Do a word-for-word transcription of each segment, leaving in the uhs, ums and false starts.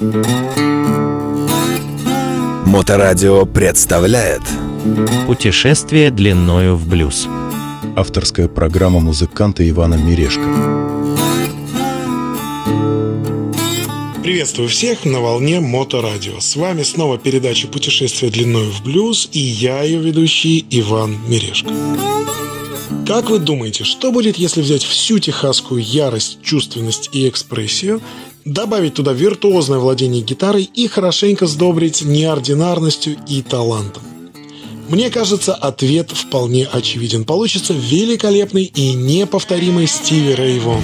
Моторадио представляет «Путешествие длиною в блюз». Авторская программа музыканта Ивана Мирешко. Приветствую всех на волне Моторадио. С вами снова передача «Путешествие длиною в блюз» и я, ее ведущий, Иван Мирешко. Как вы думаете, что будет, если взять всю техасскую ярость, чувственность и экспрессию, добавить туда виртуозное владение гитарой и хорошенько сдобрить неординарностью и талантом? Мне кажется, ответ вполне очевиден. Получится великолепный и неповторимый Стиви Рэй Вон.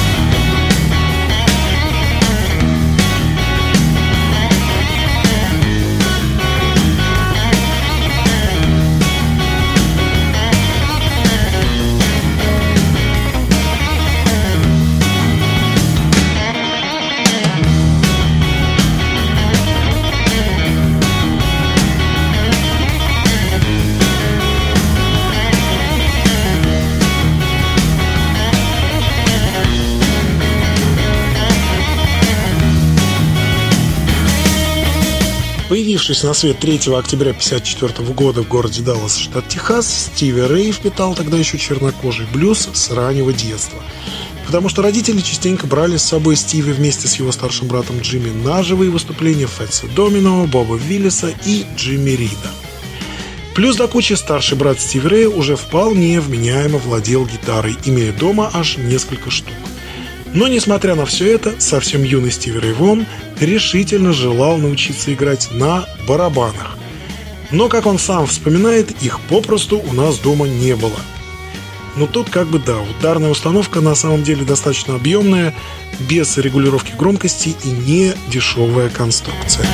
Появившись на свет третьего октября тысяча девятьсот пятьдесят четвёртого года в городе Даллас, штат Техас, Стиви Рэй впитал тогда еще чернокожий блюз с раннего детства. Потому что родители частенько брали с собой Стиви вместе с его старшим братом Джимми на живые выступления Фэтса Домино, Боба Виллиса и Джимми Рида. Плюс до кучи старший брат Стиви Рэя уже вполне вменяемо владел гитарой, имея дома аж несколько штук. Но, несмотря на все это, совсем юный Стиви Рэй Вон решительно желал научиться играть на барабанах. Но, как он сам вспоминает, их попросту у нас дома не было. Но тут как бы да, ударная установка на самом деле достаточно объемная, без регулировки громкости и не дешевая конструкция.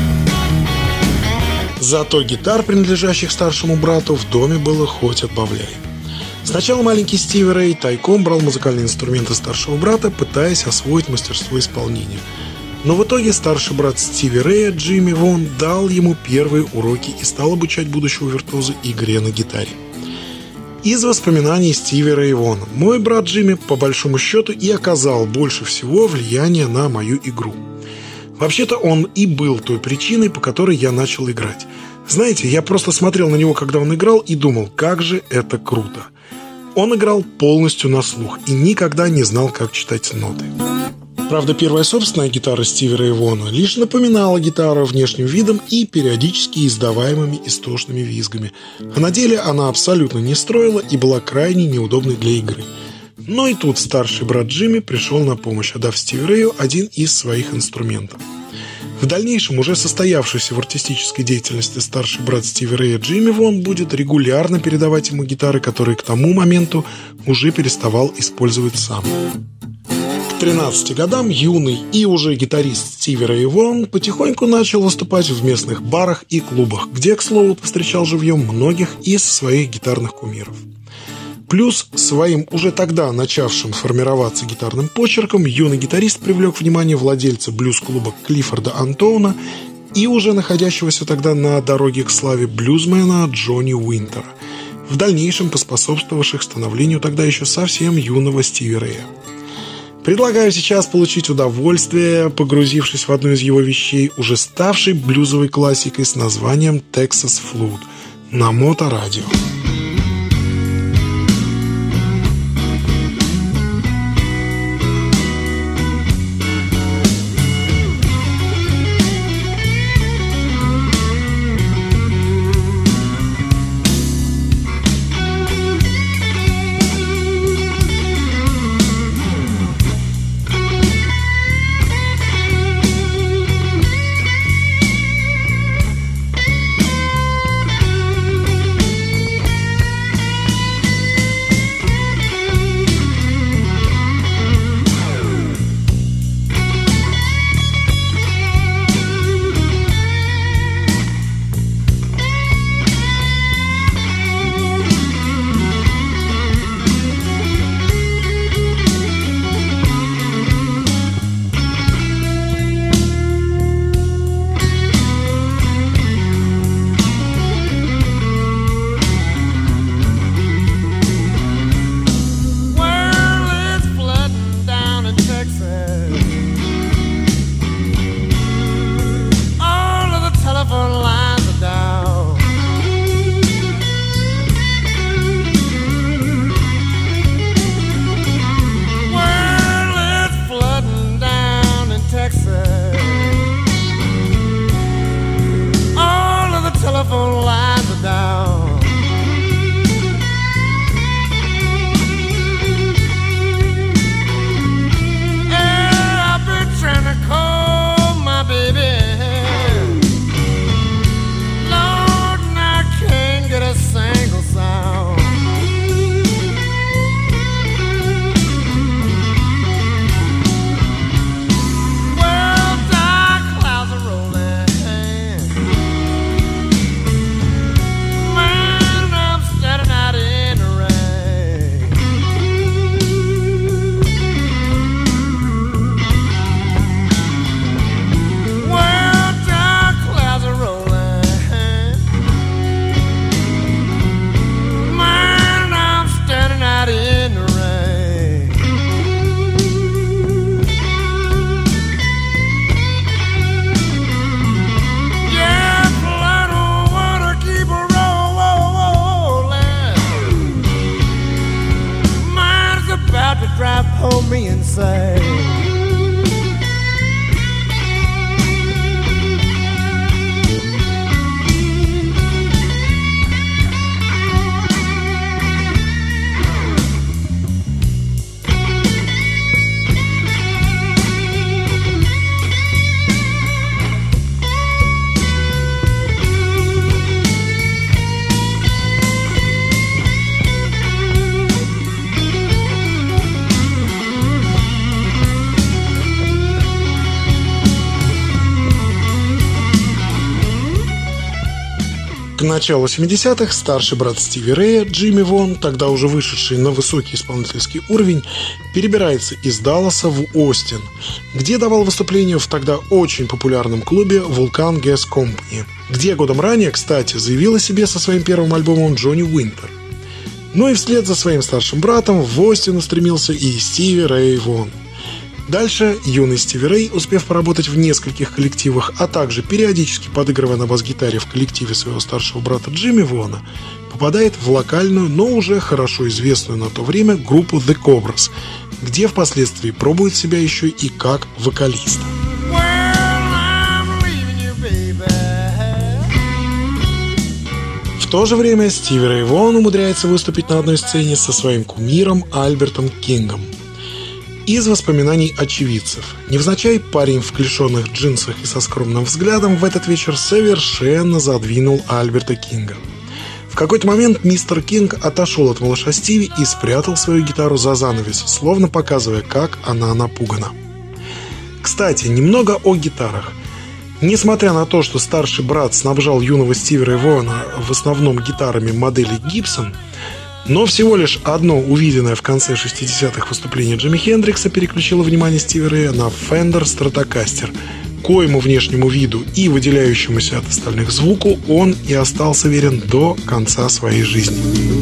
Зато гитар, принадлежащих старшему брату, в доме было хоть отбавляй. Сначала маленький Стиви Рэй тайком брал музыкальные инструменты старшего брата, пытаясь освоить мастерство исполнения. Но в итоге старший брат Стиви Рэя, Джимми Вон, дал ему первые уроки и стал обучать будущего виртуоза игре на гитаре. Из воспоминаний Стиви Рэй Вона: мой брат Джимми, по большому счету, и оказал больше всего влияния на мою игру. Вообще-то он и был той причиной, по которой я начал играть. Знаете, я просто смотрел на него, когда он играл, и думал, как же это круто. Он играл полностью на слух и никогда не знал, как читать ноты. Правда, первая собственная гитара Стиви Рэй Вона лишь напоминала гитару внешним видом и периодически издаваемыми истошными визгами. А на деле она абсолютно не строила и была крайне неудобной для игры. Но и тут старший брат Джимми пришел на помощь, отдав Стиви Рэю один из своих инструментов. В дальнейшем уже состоявшийся в артистической деятельности старший брат Стиви Рэя Джимми Вон будет регулярно передавать ему гитары, которые к тому моменту уже переставал использовать сам. К тринадцати годам юный и уже гитарист Стиви Рэй Вон потихоньку начал выступать в местных барах и клубах, где, к слову, повстречал живьем многих из своих гитарных кумиров. Плюс своим уже тогда начавшим формироваться гитарным почерком юный гитарист привлек внимание владельца блюз-клуба Клиффорда Антоуна и уже находящегося тогда на дороге к славе блюзмена Джонни Уинтера, в дальнейшем поспособствовавших становлению тогда еще совсем юного Стиви Рэя. Предлагаю сейчас получить удовольствие, погрузившись в одну из его вещей, уже ставшей блюзовой классикой с названием «Texas Flood» на Моторадио. началу семидесятых старший брат Стиви Рэя, Джимми Вон, тогда уже вышедший на высокий исполнительский уровень, перебирается из Далласа в Остин, где давал выступление в тогда очень популярном клубе Vulcan Gas Company, где годом ранее, кстати, заявил о себе со своим первым альбомом Джонни Уинтер. Ну и вслед за своим старшим братом в Остин устремился и Стиви Рэй Вон. Дальше юный Стиви Рэй, успев поработать в нескольких коллективах, а также периодически подыгрывая на бас-гитаре в коллективе своего старшего брата Джимми Вона, попадает в локальную, но уже хорошо известную на то время группу The Cobras, где впоследствии пробует себя еще и как вокалист. В то же время Стиви Рэй Вон умудряется выступить на одной сцене со своим кумиром Альбертом Кингом. Из воспоминаний очевидцев. Невзначай парень в клешеных джинсах и со скромным взглядом в этот вечер совершенно задвинул Альберта Кинга. В какой-то момент мистер Кинг отошел от малыша Стиви и спрятал свою гитару за занавес, словно показывая, как она напугана. Кстати, немного о гитарах. Несмотря на то, что старший брат снабжал юного Стиви Рэй Вона в основном гитарами модели Gibson, но всего лишь одно увиденное в конце шестидесятых выступление Джимми Хендрикса переключило внимание Стиви Рэя на Fender Stratocaster, коему внешнему виду и выделяющемуся от остальных звуку он и остался верен до конца своей жизни.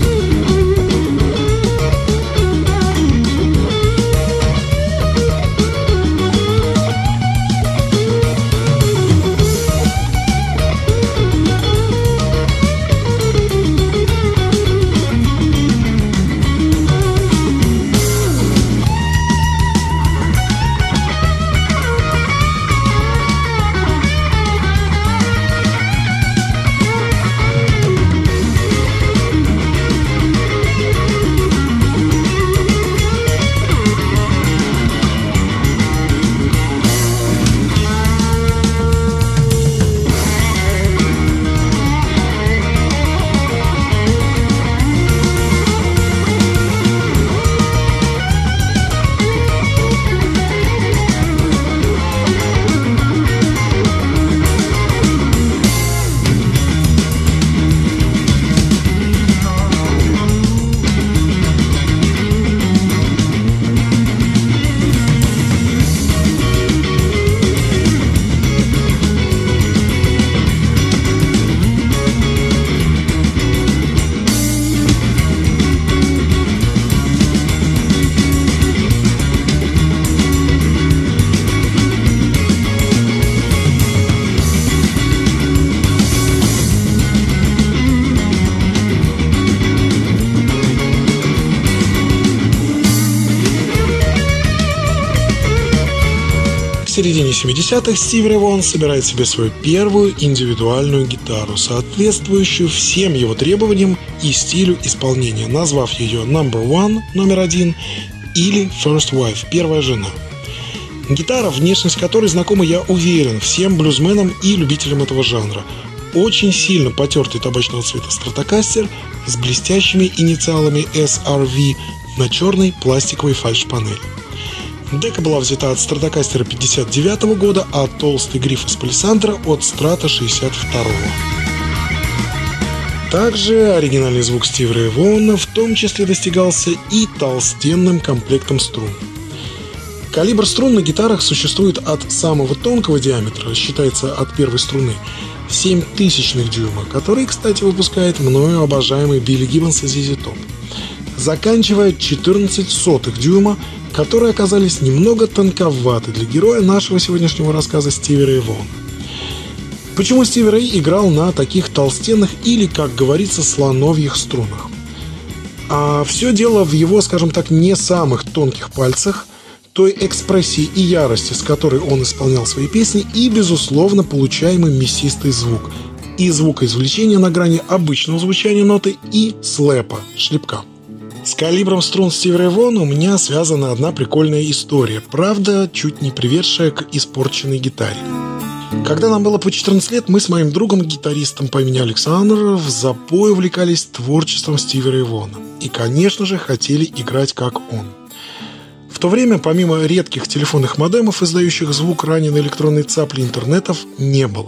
В середине семидесятых Стиви Рэй Вон собирает себе свою первую индивидуальную гитару, соответствующую всем его требованиям и стилю исполнения, назвав ее Number One, номер один, или First Wife, первая жена. Гитара, внешность которой знакома, я уверен, всем блюзменам и любителям этого жанра. Очень сильно потертый табачного цвета Stratocaster с блестящими инициалами эс ар ви на черной пластиковой фальш-панели. Дека была взята от Stratocaster пятьдесят девятого года, а толстый гриф из палисандра от Strata шестьдесят второго. Также оригинальный звук Стиви Рэя Вона в том числе достигался и толстенным комплектом струн. Калибр струн на гитарах существует от самого тонкого диаметра, считается от первой струны, семь тысячных дюйма, который, кстати, выпускает мною обожаемый Билли Гиббонс и зет зет Top, заканчивая четырнадцать сотых дюйма, которые оказались немного тонковаты для героя нашего сегодняшнего рассказа Стиви Рэя Вона. Почему Стиви Рэй играл на таких толстенных или, как говорится, слоновьих струнах? А все дело в его, скажем так, не самых тонких пальцах, той экспрессии и ярости, с которой он исполнял свои песни, и, безусловно, получаемый мясистый звук, и звукоизвлечение на грани обычного звучания ноты и слэпа, шлепка. С калибром струн Стиви Рэя Вона у меня связана одна прикольная история, правда, чуть не приведшая к испорченной гитаре. Когда нам было по четырнадцать лет, мы с моим другом-гитаристом по имени Александр в запой увлекались творчеством Стиви Рэя Вона и, конечно же, хотели играть как он. В то время, помимо редких телефонных модемов, издающих звук раненой электронной цапли, интернетов не было.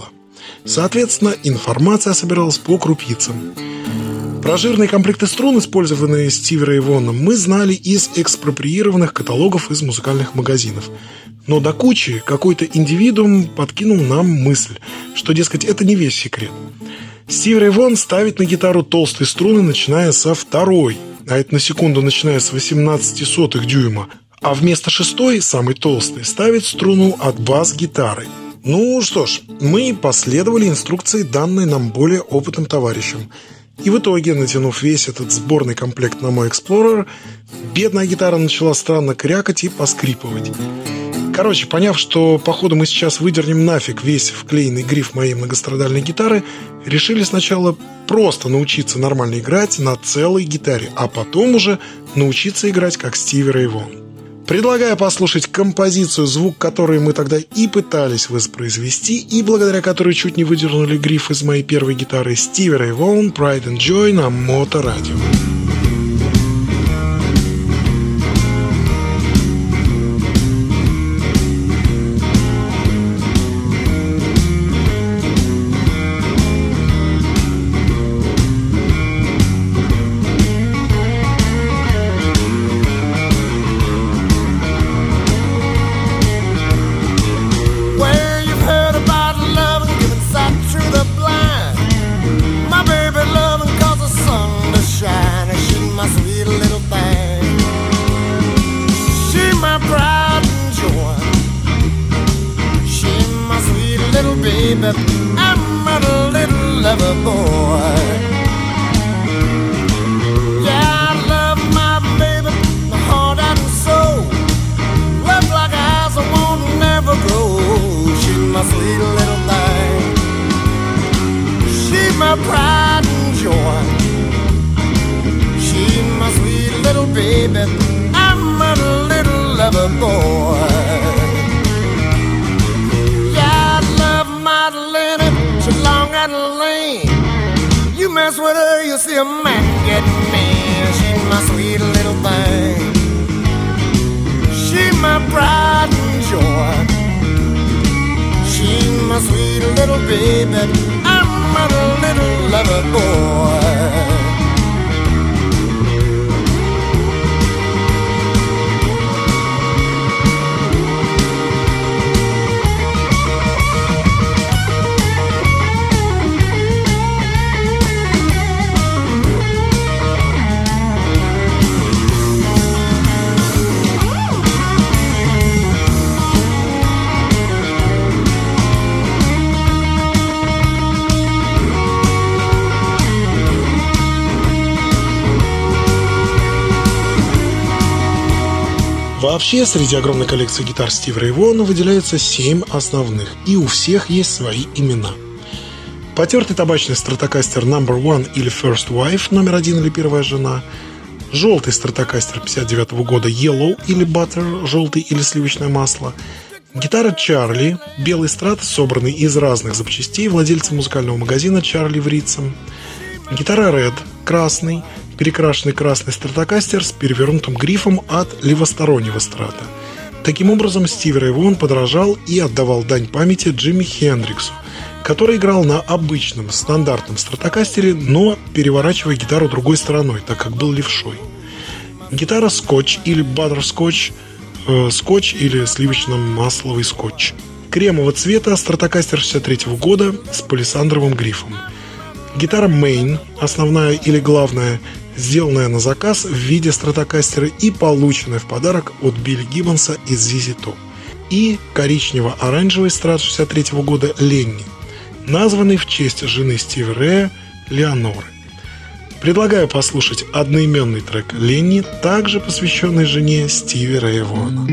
Соответственно, информация собиралась по крупицам. Про жирные комплекты струн, использованные Стиви Рэй Воном, мы знали из экспроприированных каталогов из музыкальных магазинов. Но до кучи какой-то индивидуум подкинул нам мысль, что, дескать, это не весь секрет. Стиви Рэй Вон ставит на гитару толстые струны, начиная со второй, а это на секунду начиная с восемнадцати сотых дюйма, а вместо шестой, самой толстой, ставит струну от бас-гитары. Ну что ж, мы последовали инструкции, данной нам более опытным товарищам. И в итоге, натянув весь этот сборный комплект на мой Explorer, бедная гитара начала странно крякать и поскрипывать. Короче, поняв, что походу мы сейчас выдернем нафиг весь вклеенный гриф моей многострадальной гитары, решили сначала просто научиться нормально играть на целой гитаре, а потом уже научиться играть как Стиви Рэй Вон. Предлагаю послушать композицию, звук которой мы тогда и пытались воспроизвести, и благодаря которой чуть не выдернули гриф из моей первой гитары, Стиви Рэй Вон, Pride and Joy на Моторадио. I'm a little lover boy. Yeah, I love my baby, my heart and soul. Love like eyes I won't never grow. She's my sweet little thing. She's my pride and joy. She's my sweet little baby. I'm a little lover boy. Long and lane, you mess with her, you'll see a man get mad. She's my sweet little thing. She's my pride and joy. She's my sweet little baby. I'm a little lover boy. Вообще, среди огромной коллекции гитар Стиви Рэй Вона выделяется семь основных, и у всех есть свои имена. Потертый табачный стратокастер номер один или First Wife, номер один или первая жена. Желтый стратокастер пятьдесят девятого года Yellow или Butter, желтый или сливочное масло. Гитара Чарли, белый страт, собранный из разных запчастей владельца музыкального магазина Чарли в Ритцем. Гитара Red, красный, перекрашенный красный стратокастер с перевернутым грифом от левостороннего страта. Таким образом, Стиви Рэй Вон подражал и отдавал дань памяти Джимми Хендриксу, который играл на обычном стандартном стратокастере, но переворачивая гитару другой стороной, так как был левшой. Гитара Scotch или Butterscotch, э, скотч или сливочно-масловый скотч. Кремового цвета стратокастер шестьдесят третьего года с палисандровым грифом. Гитара Main, основная или главная, сделанная на заказ в виде стратокастера и полученная в подарок от Билли Гиббонса из зет зет Top. И коричнево-оранжевый страт шестьдесят третьего года Ленни, названный в честь жены Стиви Рэя Леоноры. Предлагаю послушать одноименный трек Ленни, также посвященный жене Стиви Рэя Вона.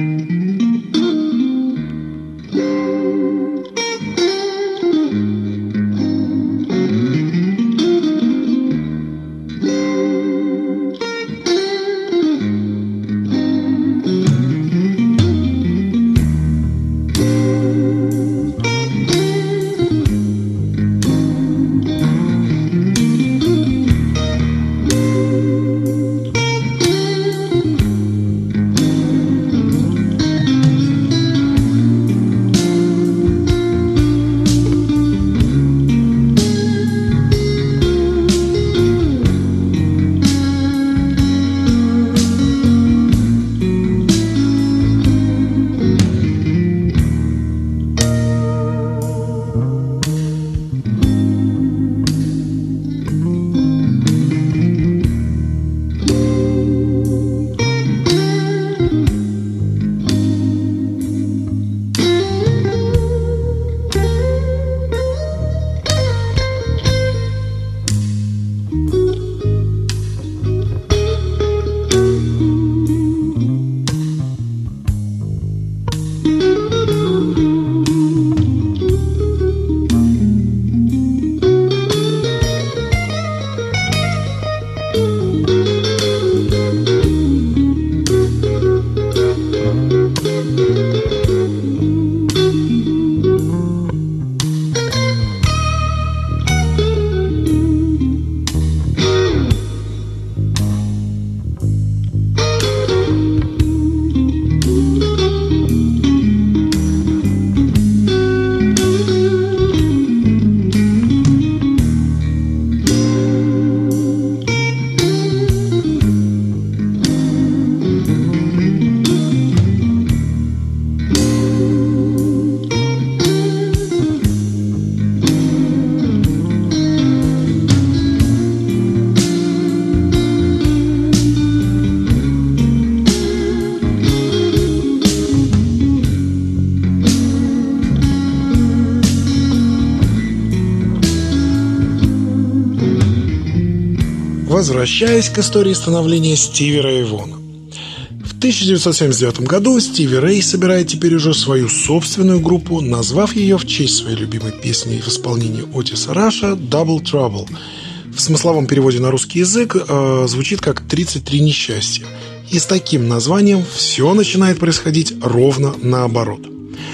Возвращаясь к истории становления Стиви Рэя Вона. В тысяча девятьсот семьдесят девятом году Стиви Рэй собирает теперь уже свою собственную группу, назвав ее в честь своей любимой песни в исполнении Отиса Раша «Double Trouble». В смысловом переводе на русский язык э, звучит как «тридцать три несчастья». И с таким названием все начинает происходить ровно наоборот.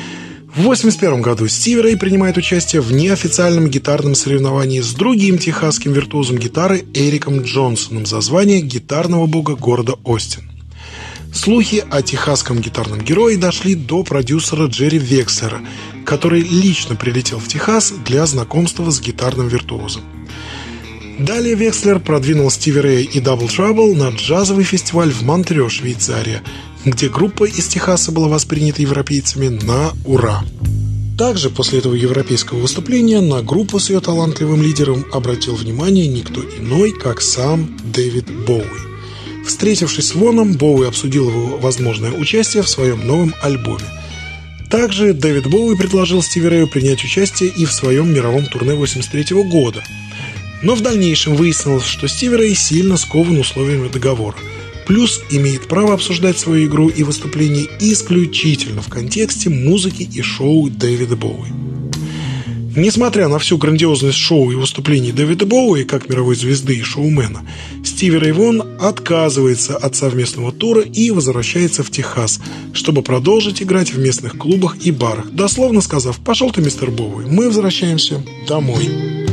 В восемьдесят первом году Стиви Рэй принимает участие в неофициальном гитарном соревновании с другим техасским виртуозом гитары Эриком Джонсоном за звание гитарного бога города Остин. Слухи о техасском гитарном герое дошли до продюсера Джерри Векслера, который лично прилетел в Техас для знакомства с гитарным виртуозом. Далее Векслер продвинул Стиви Рэя и Double Trouble на джазовый фестиваль в Монтрео, Швейцария, где группа из Техаса была воспринята европейцами на ура. Также после этого европейского выступления на группу с ее талантливым лидером обратил внимание никто иной, как сам Дэвид Боуи. Встретившись с Воном, Боуи обсудил его возможное участие в своем новом альбоме. Также Дэвид Боуи предложил Стиви Рэю принять участие и в своем мировом турне восемьдесят третьего года. Но в дальнейшем выяснилось, что Стиви Рэй сильно скован условиями договора. Плюс имеет право обсуждать свою игру и выступления исключительно в контексте музыки и шоу Дэвида Боуи. Несмотря на всю грандиозность шоу и выступлений Дэвида Боуи как мировой звезды и шоумена, Стиви Рэй Вон отказывается от совместного тура и возвращается в Техас, чтобы продолжить играть в местных клубах и барах, дословно сказав: «Пошел ты, мистер Боуи, мы возвращаемся домой».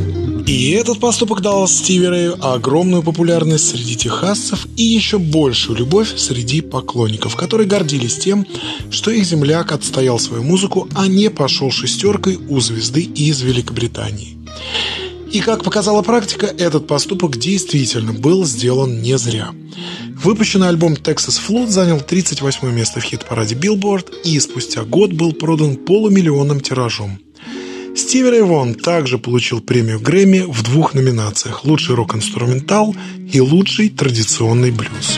И этот поступок дал Стиви Рэю огромную популярность среди техасцев и еще большую любовь среди поклонников, которые гордились тем, что их земляк отстоял свою музыку, а не пошел шестеркой у звезды из Великобритании. И, как показала практика, этот поступок действительно был сделан не зря. Выпущенный альбом Texas Flood занял тридцать восьмое место в хит-параде Billboard и спустя год был продан полумиллионным тиражом. Стиви Рэй Вон также получил премию Грэмми в двух номинациях: «Лучший рок-инструментал» и «Лучший традиционный блюз».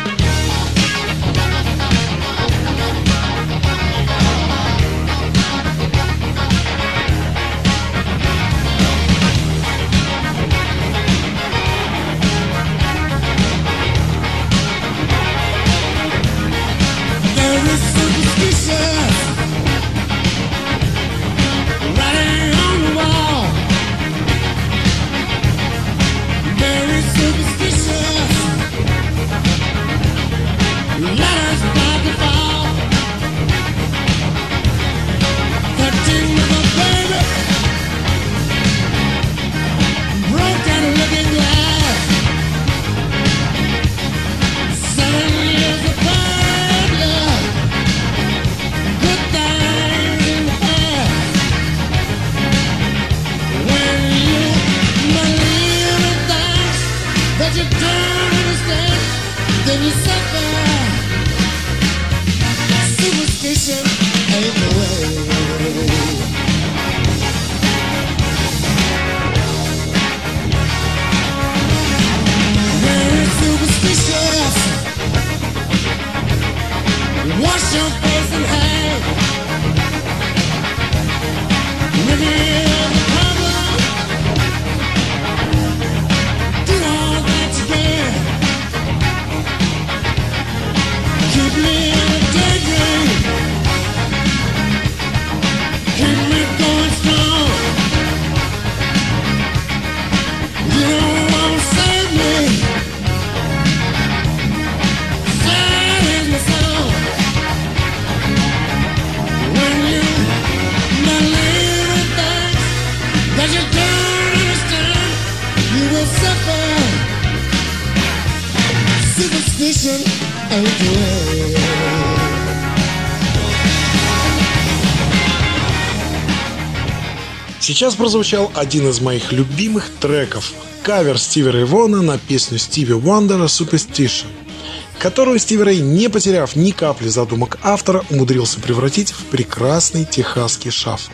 Сейчас прозвучал один из моих любимых треков – кавер Стиви Рэй Вона на песню Стиви Уандера «Superstition», которую Стиви Рэй, не потеряв ни капли задумок автора, умудрился превратить в прекрасный техасский шафл.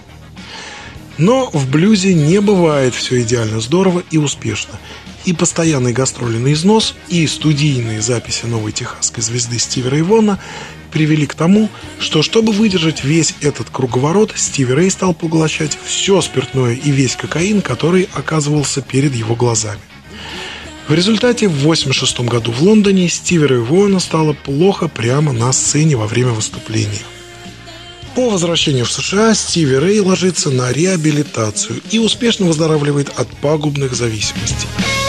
Но в блюзе не бывает все идеально здорово и успешно. И постоянные гастроли на износ, и студийные записи новой техасской звезды Стиви Рэй Вона привели к тому, что чтобы выдержать весь этот круговорот, Стиви Рэй стал поглощать все спиртное и весь кокаин, который оказывался перед его глазами. В результате в восемьдесят шестом году в Лондоне Стиви Рэй Вона стало плохо прямо на сцене во время выступления. По возвращению в США Стиви Рэй ложится на реабилитацию и успешно выздоравливает от пагубных зависимостей.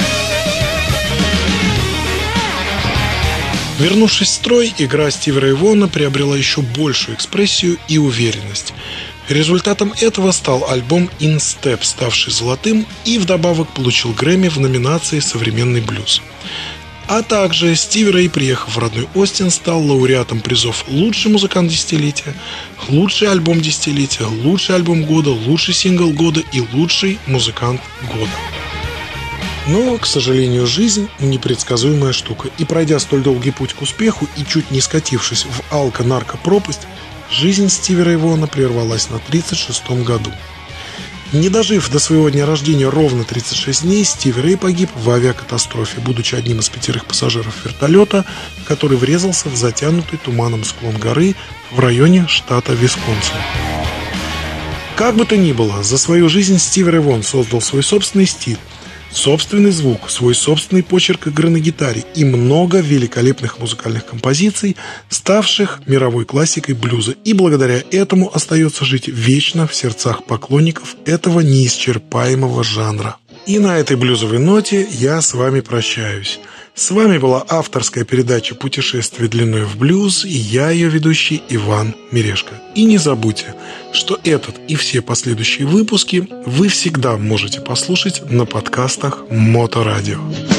Вернувшись в строй, игра Стиви Рэй Вона приобрела еще большую экспрессию и уверенность. Результатом этого стал альбом In Step, ставший золотым, и вдобавок получил Грэмми в номинации «Современный блюз». А также Стиви Рэй, приехав в родной Остин, стал лауреатом призов «Лучший музыкант десятилетия», «Лучший альбом десятилетия», «Лучший альбом года», «Лучший сингл года» и «Лучший музыкант года». Но, к сожалению, жизнь – непредсказуемая штука, и пройдя столь долгий путь к успеху и чуть не скатившись в алко-нарко-пропасть, жизнь Стиви Рэй Вона прервалась на тридцать шестом году. Не дожив до своего дня рождения ровно тридцать шесть дней, Стиви Рэй погиб в авиакатастрофе, будучи одним из пятерых пассажиров вертолета, который врезался в затянутый туманом склон горы в районе штата Висконсин. Как бы то ни было, за свою жизнь Стиви Рэй Вон создал свой собственный стиль, собственный звук, свой собственный почерк игры на гитаре и много великолепных музыкальных композиций, ставших мировой классикой блюза, и благодаря этому остается жить вечно в сердцах поклонников этого неисчерпаемого жанра. И на этой блюзовой ноте я с вами прощаюсь. С вами была авторская передача «Путешествие длиной в блюз» и я, ее ведущий, Иван Мирешко. И не забудьте, что этот и все последующие выпуски вы всегда можете послушать на подкастах Моторадио.